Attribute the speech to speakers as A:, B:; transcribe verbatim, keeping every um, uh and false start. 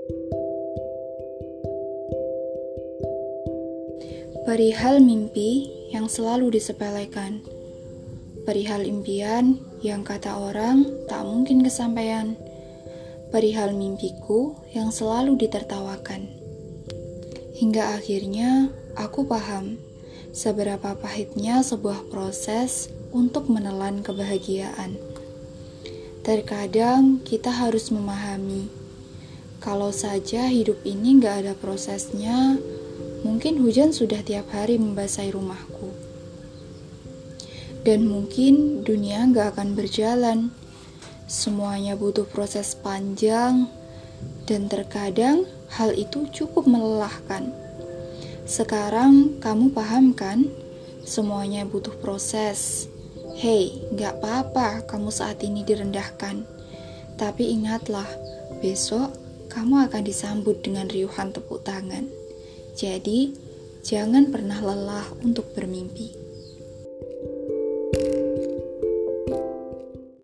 A: Perihal mimpi yang selalu disepelekan, perihal impian yang kata orang tak mungkin kesampaian, perihal mimpiku yang selalu ditertawakan. Hingga akhirnya aku paham seberapa pahitnya sebuah proses untuk menelan kebahagiaan. Terkadang kita harus memahami, kalau saja hidup ini gak ada prosesnya, mungkin hujan sudah tiap hari membasahi rumahku. Dan mungkin dunia gak akan berjalan. Semuanya butuh proses panjang, dan terkadang hal itu cukup melelahkan. Sekarang kamu paham kan? Semuanya butuh proses. Hei, gak apa-apa kamu saat ini direndahkan. Tapi ingatlah, besok kamu akan disambut dengan riuhan tepuk tangan. Jadi, jangan pernah lelah untuk bermimpi.